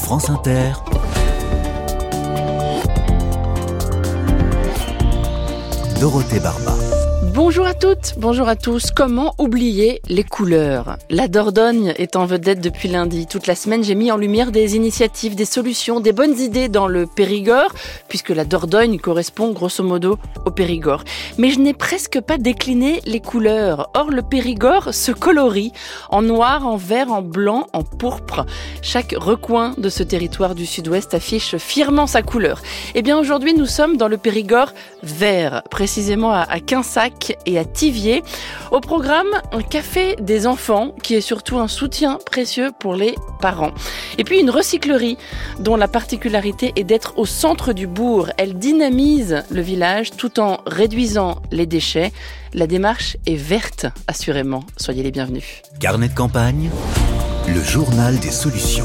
France Inter, Dorothée Barba. Bonjour à toutes, bonjour à tous. Comment oublier les couleurs ? La Dordogne est en vedette depuis lundi. Toute la semaine, j'ai mis en lumière des initiatives, des solutions, des bonnes idées dans le Périgord, puisque la Dordogne correspond grosso modo au Périgord. Mais je n'ai presque pas décliné les couleurs. Or, le Périgord se colorie en noir, en vert, en blanc, en pourpre. Chaque recoin de ce territoire du sud-ouest affiche fièrement sa couleur. Eh bien, aujourd'hui, nous sommes dans le Périgord vert, précisément à Quinsac et à Thiviers. Au programme, un café des enfants qui est surtout un soutien précieux pour les parents. Et puis une recyclerie dont la particularité est d'être au centre du bourg. Elle dynamise le village tout en réduisant les déchets. La démarche est verte, assurément. Soyez les bienvenus. Carnet de campagne, le journal des solutions.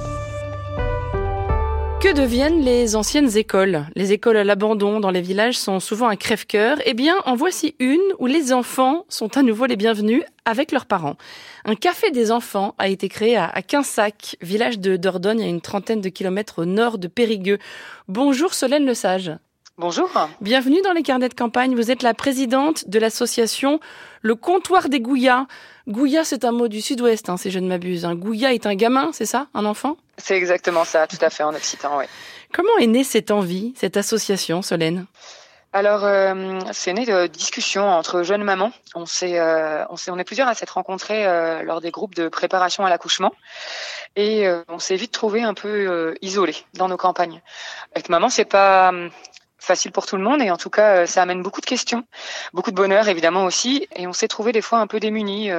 Que deviennent les anciennes écoles ? Les écoles à l'abandon dans les villages sont souvent un crève-cœur. Eh bien, en voici une où les enfants sont à nouveau les bienvenus avec leurs parents. Un café des enfants a été créé à Quinsac, village de Dordogne, à une trentaine de kilomètres au nord de Périgueux. Bonjour Solène Lesage. Bonjour. Bienvenue dans les carnets de campagne. Vous êtes la présidente de l'association Le Comptoir des Gouyas. Gouyas, c'est un mot du sud-ouest, si je ne m'abuse. Un Gouyas est un gamin, c'est ça, un enfant ? C'est exactement ça, tout à fait, en occitan, oui. Comment est née cette envie, cette association, Solène ? Alors, c'est né de discussions entre jeunes mamans. On est plusieurs à s'être rencontrés lors des groupes de préparation à l'accouchement. Et on s'est vite trouvés un peu isolés dans nos campagnes. Avec maman, c'est pas facile pour tout le monde et en tout cas ça amène beaucoup de questions, beaucoup de bonheur évidemment aussi, et on s'est trouvé des fois un peu démunis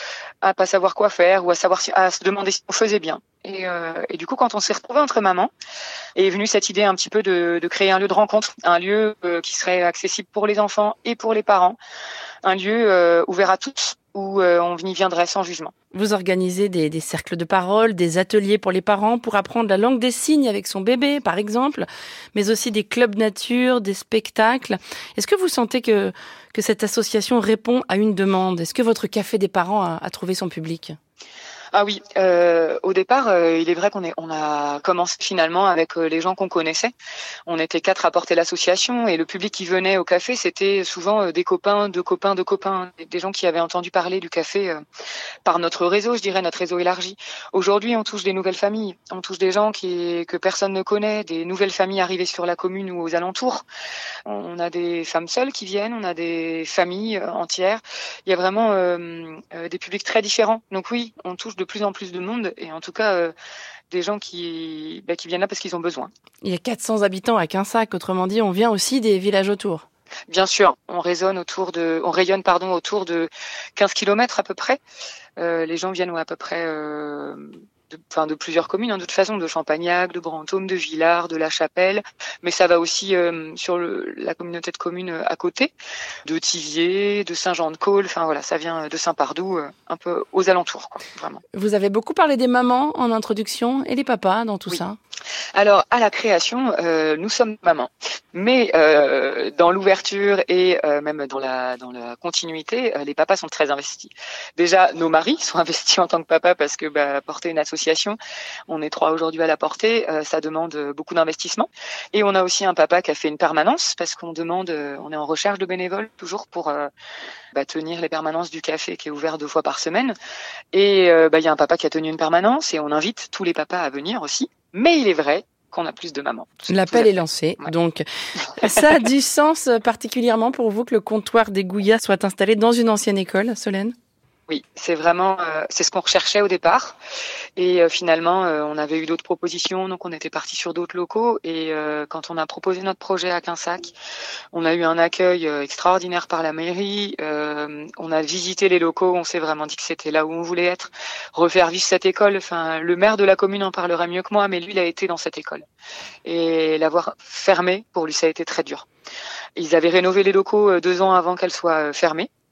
à pas savoir quoi faire ou à se demander si on faisait bien. Et du coup, quand on s'est retrouvés entre mamans, est venue cette idée un petit peu de créer un lieu de rencontre, un lieu qui serait accessible pour les enfants et pour les parents, un lieu ouvert à tous où on y viendrait sans jugement. Vous organisez des cercles de parole, des ateliers pour les parents pour apprendre la langue des signes avec son bébé, par exemple, mais aussi des clubs nature, des spectacles. Est-ce que vous sentez que cette association répond à une demande ? Est-ce que votre café des parents a trouvé son public ? Ah oui, au départ, il est vrai qu'on a commencé finalement avec les gens qu'on connaissait. On était 4 à porter l'association et le public qui venait au café, c'était souvent des copains, de copains, des gens qui avaient entendu parler du café par notre réseau, je dirais, notre réseau élargi. Aujourd'hui, on touche des nouvelles familles, on touche des gens que personne ne connaît, des nouvelles familles arrivées sur la commune ou aux alentours. On a des femmes seules qui viennent, on a des familles entières. Il y a vraiment des publics très différents. Donc oui, on touche de plus en plus de monde et en tout cas des gens qui viennent là parce qu'ils ont besoin. Il y a 400 habitants à Quinsac, autrement dit, on vient aussi des villages autour. Bien sûr, on rayonne autour de 15 kilomètres à peu près. Les gens viennent à peu près de plusieurs communes, de toute façon, de Champagnac, de Brantôme, de Villars, de La Chapelle, mais ça va aussi sur la communauté de communes à côté, de Thiviers, de Saint-Jean-de-Caules, enfin voilà, ça vient de Saint-Pardoux, un peu aux alentours, quoi, vraiment. Vous avez beaucoup parlé des mamans en introduction et les papas dans tout ça. Alors, à la création, nous sommes mamans. Mais dans l'ouverture et même dans la continuité, les papas sont très investis. Déjà, nos maris sont investis en tant que papa parce que porter une association, on est 3 aujourd'hui à la porter, ça demande beaucoup d'investissement. Et on a aussi un papa qui a fait une permanence parce qu'on est en recherche de bénévoles toujours pour tenir les permanences du café qui est ouvert 2 fois par semaine. Et il y a un papa qui a tenu une permanence et on invite tous les papas à venir aussi. Mais il est vrai qu'on a plus de mamans. L'appel est lancé. Ouais. Donc, ça a du sens particulièrement pour vous que le comptoir des Gouyas soit installé dans une ancienne école, Solène ? Oui, c'est vraiment c'est ce qu'on recherchait au départ et finalement on avait eu d'autres propositions, donc on était parti sur d'autres locaux et quand on a proposé notre projet à Quinsac, on a eu un accueil extraordinaire par la mairie, on a visité les locaux, on s'est vraiment dit que c'était là où on voulait être, refaire vivre cette école, enfin le maire de la commune en parlera mieux que moi, mais lui il a été dans cette école et l'avoir fermée pour lui ça a été très dur. Ils avaient rénové les locaux 2 ans avant qu'elle soit fermée.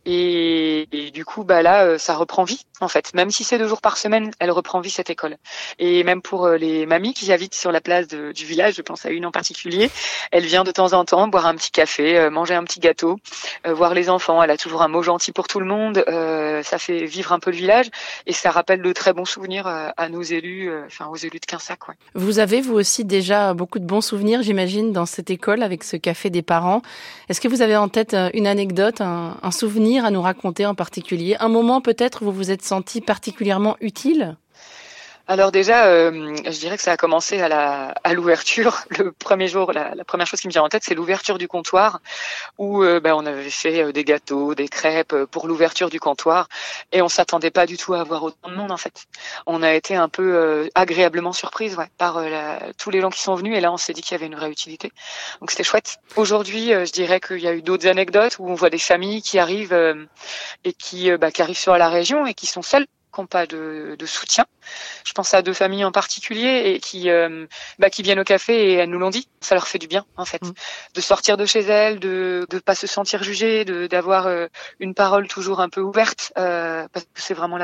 Et du coup, là, ça reprend vie, en fait. Même si c'est 2 jours par semaine, elle reprend vie, cette école. Et même pour les mamies qui habitent sur la place du village, je pense à une en particulier, elle vient de temps en temps boire un petit café, manger un petit gâteau, voir les enfants. Elle a toujours un mot gentil pour tout le monde. Ça fait vivre un peu le village et ça rappelle de très bons souvenirs à nos élus, aux élus de Quinsac. Ouais. Vous avez, vous aussi, déjà beaucoup de bons souvenirs, j'imagine, dans cette école avec ce café des parents. Est-ce que vous avez en tête une anecdote, un souvenir à nous raconter en particulier? Un moment peut-être où vous vous êtes senti particulièrement utile? Alors déjà, je dirais que ça a commencé à l'ouverture. Le premier jour, la première chose qui me vient en tête, c'est l'ouverture du comptoir, où on avait fait des gâteaux, des crêpes pour l'ouverture du comptoir, et on s'attendait pas du tout à avoir autant de monde en fait. On a été un peu agréablement surprise par tous les gens qui sont venus, et là on s'est dit qu'il y avait une vraie utilité. Donc c'était chouette. Aujourd'hui, je dirais qu'il y a eu d'autres anecdotes où on voit des familles qui arrivent et qui arrivent sur la région et qui sont seules, qui n'ont pas de soutien. Je pense à 2 familles en particulier et qui viennent au café et elles nous l'ont dit. Ça leur fait du bien en fait, de sortir de chez elles, de pas se sentir jugées, d'avoir une parole toujours un peu ouverte, parce que c'est vraiment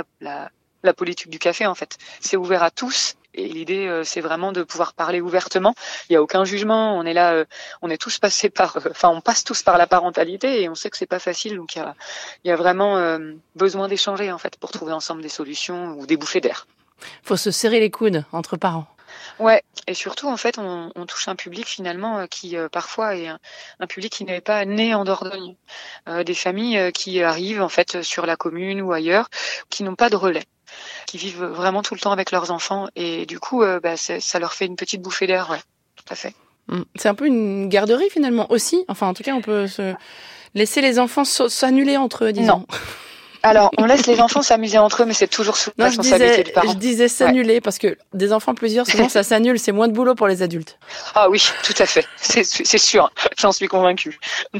la politique du café en fait. C'est ouvert à tous. Et l'idée, c'est vraiment de pouvoir parler ouvertement. Il y a aucun jugement. On est là, on est tous passés on passe tous par la parentalité et on sait que c'est pas facile. Donc il y a vraiment besoin d'échanger en fait pour trouver ensemble des solutions ou des bouffées d'air. Faut se serrer les coudes entre parents. Ouais, et surtout en fait, on touche un public finalement qui parfois est un public qui n'est pas né en Dordogne. Des familles qui arrivent en fait sur la commune ou ailleurs, qui n'ont pas de relais, qui vivent vraiment tout le temps avec leurs enfants et du coup ça leur fait une petite bouffée d'air, ouais, tout à fait. C'est un peu une garderie finalement aussi, enfin en tout cas on peut se laisser les enfants s'annuler entre eux, disons. Non. Alors on laisse les enfants s'amuser entre eux, mais c'est toujours sous la responsabilité du parent. Je disais s'annuler parce que des enfants plusieurs, souvent ça s'annule, c'est moins de boulot pour les adultes. Ah oui, tout à fait, c'est sûr, j'en suis convaincue.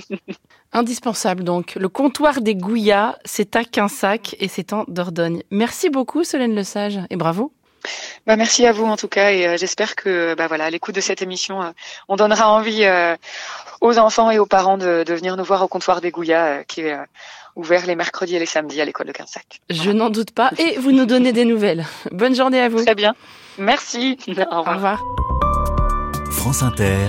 Indispensable donc. Le comptoir des Gouyas, c'est à Quinsac et c'est en Dordogne. Merci beaucoup Solène Lesage et bravo. Merci à vous en tout cas et j'espère que à l'écoute de cette émission, on donnera envie aux enfants et aux parents de venir nous voir au comptoir des Gouyas qui est ouvert les mercredis et les samedis à l'école de Quinsac. Je n'en doute pas et vous nous donnez des nouvelles. Bonne journée à vous. Très bien. Merci. Au revoir. France Inter.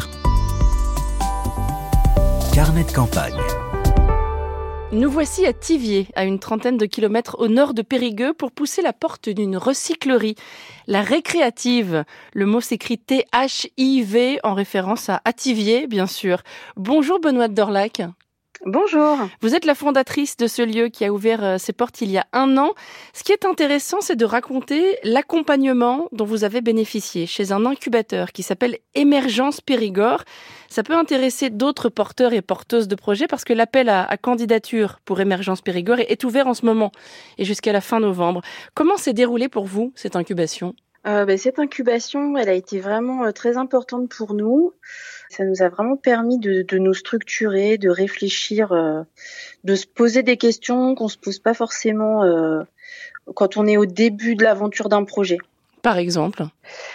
Carnet de campagne. Nous voici à Thiviers, à une trentaine de kilomètres au nord de Périgueux, pour pousser la porte d'une recyclerie. La Récréative. Le mot s'écrit THIV en référence à Thiviers, bien sûr. Bonjour Benoît Dorlac. Bonjour. Vous êtes la fondatrice de ce lieu qui a ouvert ses portes il y a 1 an. Ce qui est intéressant, c'est de raconter l'accompagnement dont vous avez bénéficié chez un incubateur qui s'appelle Émergence Périgord. Ça peut intéresser d'autres porteurs et porteuses de projets parce que l'appel à candidature pour Émergence Périgord est ouvert en ce moment et jusqu'à la fin novembre. Comment s'est déroulée pour vous cette incubation ? Cette incubation, elle a été vraiment très importante pour nous. Ça nous a vraiment permis de nous structurer, de réfléchir, de se poser des questions qu'on se pose pas forcément quand on est au début de l'aventure d'un projet. Par exemple,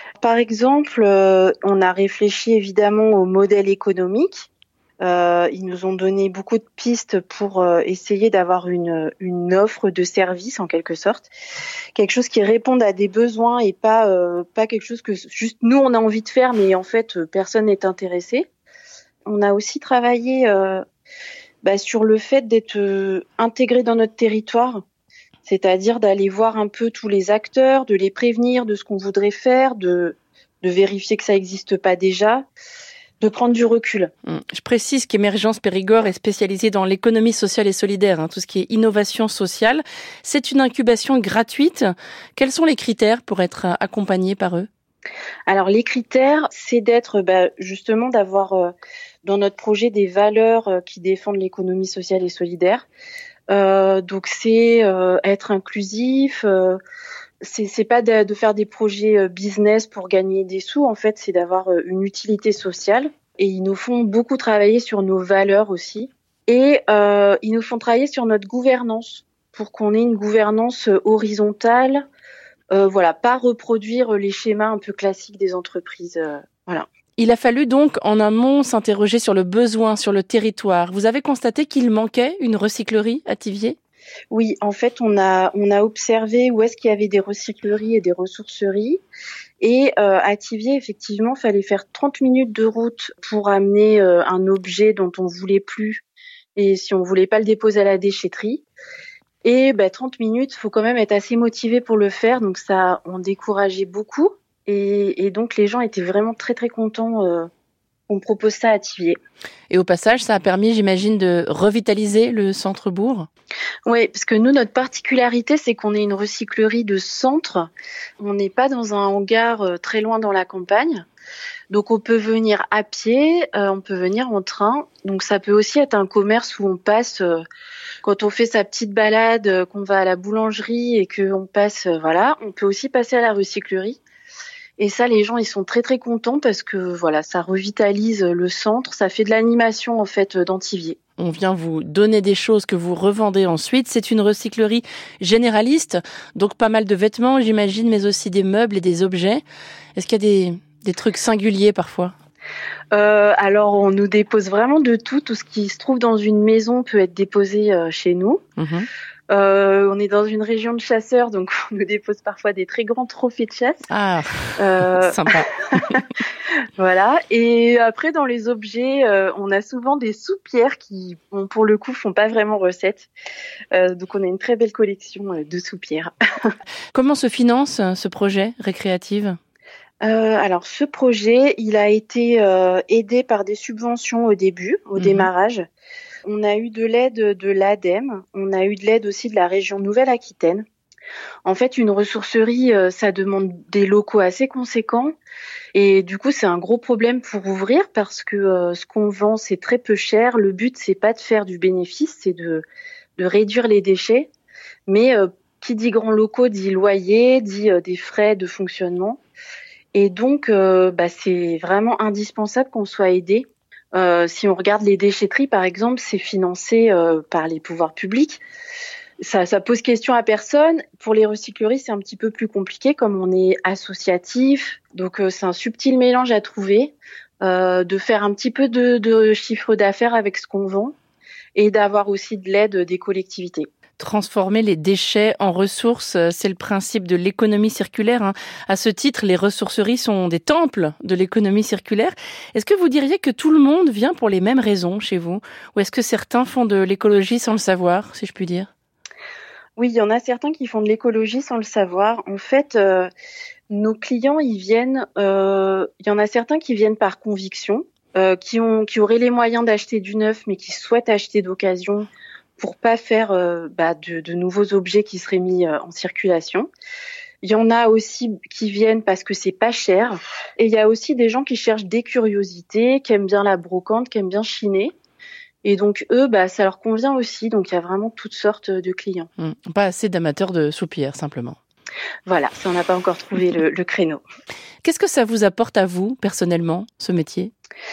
on a réfléchi évidemment au modèle économique. Ils nous ont donné beaucoup de pistes pour essayer d'avoir une offre de service en quelque sorte, quelque chose qui réponde à des besoins et pas quelque chose que juste nous on a envie de faire, mais en fait personne n'est intéressé. On a aussi travaillé sur le fait d'être intégré dans notre territoire, c'est-à-dire d'aller voir un peu tous les acteurs, de les prévenir de ce qu'on voudrait faire, de vérifier que ça n'existe pas déjà. De prendre du recul. Je précise qu'Émergence Périgord est spécialisée dans l'économie sociale et solidaire, tout ce qui est innovation sociale. C'est une incubation gratuite. Quels sont les critères pour être accompagné par eux ? Alors les critères, c'est d'être justement d'avoir dans notre projet des valeurs qui défendent l'économie sociale et solidaire. Donc c'est être inclusif. C'est pas de faire des projets business pour gagner des sous, en fait, c'est d'avoir une utilité sociale. Et ils nous font beaucoup travailler sur nos valeurs aussi. Et ils nous font travailler sur notre gouvernance pour qu'on ait une gouvernance horizontale. Pas reproduire les schémas un peu classiques des entreprises. Voilà. Il a fallu donc en amont s'interroger sur le besoin, sur le territoire. Vous avez constaté qu'il manquait une recyclerie à Thiviers ? Oui, en fait, on a observé où est-ce qu'il y avait des recycleries et des ressourceries. Et à Thiviers, effectivement, il fallait faire 30 minutes de route pour amener un objet dont on voulait plus et si on voulait pas le déposer à la déchetterie. Et 30 minutes, faut quand même être assez motivé pour le faire, donc ça on décourageait beaucoup. Et donc les gens étaient vraiment très très contents qu'on propose ça à Thiviers. Et au passage, ça a permis, j'imagine, de revitaliser le centre-bourg ? Oui, parce que nous, notre particularité, c'est qu'on est une recyclerie de centre. On n'est pas dans un hangar très loin dans la campagne. Donc on peut venir à pied, on peut venir en train. Donc ça peut aussi être un commerce où on passe, quand on fait sa petite balade, qu'on va à la boulangerie et qu'on passe, on peut aussi passer à la recyclerie. Et ça, les gens, ils sont très très contents parce que ça revitalise le centre, ça fait de l'animation en fait dans Thiviers. On vient vous donner des choses que vous revendez ensuite. C'est une recyclerie généraliste, donc pas mal de vêtements, j'imagine, mais aussi des meubles et des objets. Est-ce qu'il y a des trucs singuliers parfois ? Alors, on nous dépose vraiment de tout. Tout ce qui se trouve dans une maison peut être déposé chez nous. Mmh. On est dans une région de chasseurs, donc on nous dépose parfois des très grands trophées de chasse. Ah, sympa. Voilà. Et après, dans les objets, on a souvent des soupières qui, pour le coup, font pas vraiment recette. Donc, on a une très belle collection de soupières. Comment se finance ce projet Récréative ? Alors, ce projet, il a été aidé par des subventions au début, au démarrage. On a eu de l'aide de l'ADEME, on a eu de l'aide aussi de la région Nouvelle-Aquitaine. En fait, une ressourcerie, ça demande des locaux assez conséquents et du coup, c'est un gros problème pour ouvrir parce que ce qu'on vend, c'est très peu cher. Le but, c'est pas de faire du bénéfice, c'est de réduire les déchets. Mais qui dit grands locaux dit loyer, dit des frais de fonctionnement. Et donc, c'est vraiment indispensable qu'on soit aidé. Si on regarde les déchetteries, par exemple, c'est financé par les pouvoirs publics. Ça pose question à personne. Pour les recycleries, c'est un petit peu plus compliqué, comme on est associatif. Donc, c'est un subtil mélange à trouver, de faire un petit peu de chiffre d'affaires avec ce qu'on vend et d'avoir aussi de l'aide des collectivités. Transformer les déchets en ressources, c'est le principe de l'économie circulaire. À ce titre, les ressourceries sont des temples de l'économie circulaire. Est-ce que vous diriez que tout le monde vient pour les mêmes raisons chez vous ? Ou est-ce que certains font de l'écologie sans le savoir, si je puis dire ? Oui, il y en a certains qui font de l'écologie sans le savoir. En fait, nos clients, ils viennent. Il y en a certains qui viennent par conviction, qui auraient les moyens d'acheter du neuf, mais qui souhaitent acheter d'occasion pour pas faire de nouveaux objets qui seraient mis en circulation. Il y en a aussi qui viennent parce que c'est pas cher. Et il y a aussi des gens qui cherchent des curiosités, qui aiment bien la brocante, qui aiment bien chiner. Et donc eux, ça leur convient aussi. Donc il y a vraiment toutes sortes de clients. Pas assez d'amateurs de soupières, simplement. Voilà, ça on n'a pas encore trouvé le créneau. Qu'est-ce que ça vous apporte à vous, personnellement, ce métier ?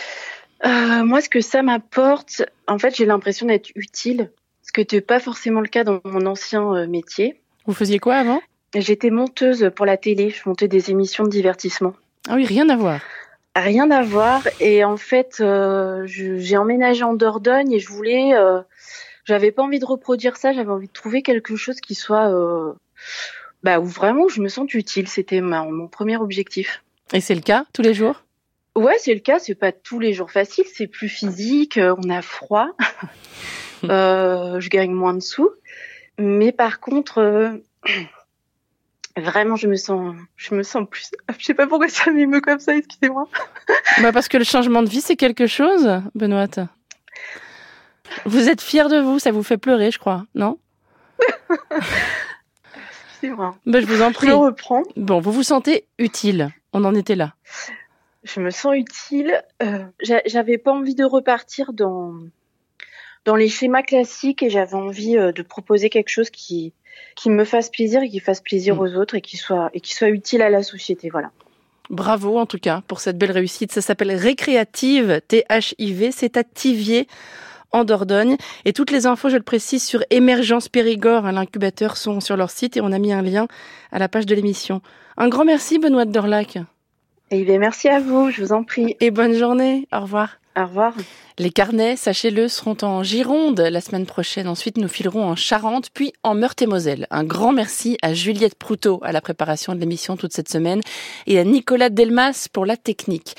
Moi, ce que ça m'apporte, en fait, j'ai l'impression d'être utile. Ce qui n'était pas forcément le cas dans mon ancien métier. Vous faisiez quoi avant ? J'étais monteuse pour la télé, je montais des émissions de divertissement. Ah oui, rien à voir. Rien à voir. Et en fait, j'ai emménagé en Dordogne et j'avais pas envie de reproduire ça, j'avais envie de trouver quelque chose qui soit, où vraiment je me sente utile. C'était mon premier objectif. Et c'est le cas tous les jours ? Ouais, c'est le cas. C'est pas tous les jours facile, c'est plus physique, on a froid. Je gagne moins de sous, mais par contre, vraiment, je me sens plus. Je sais pas pourquoi ça m'émeut comme ça. Excusez-moi. Parce que le changement de vie, c'est quelque chose, Benoît. Vous êtes fière de vous, ça vous fait pleurer, je crois, non ? C'est vrai. Je vous en prie. Je le reprends. Bon, vous vous sentez utile. On en était là. Je me sens utile. J'avais pas envie de repartir dans les schémas classiques et j'avais envie de proposer quelque chose qui me fasse plaisir et qui fasse plaisir aux autres et qui soit utile à la société, voilà. Bravo en tout cas pour cette belle réussite. Ça s'appelle Récréative, THIV, c'est à Thiviers en Dordogne. Et toutes les infos, je le précise, sur Émergence Périgord, l'incubateur, sont sur leur site et on a mis un lien à la page de l'émission. Un grand merci Benoît de Dorlac. Eh bien, merci à vous, je vous en prie. Et bonne journée. Au revoir. Au revoir. Les carnets, sachez-le, seront en Gironde la semaine prochaine. Ensuite, nous filerons en Charente, puis en Meurthe-et-Moselle. Un grand merci à Juliette Proutot à la préparation de l'émission toute cette semaine et à Nicolas Delmas pour la technique.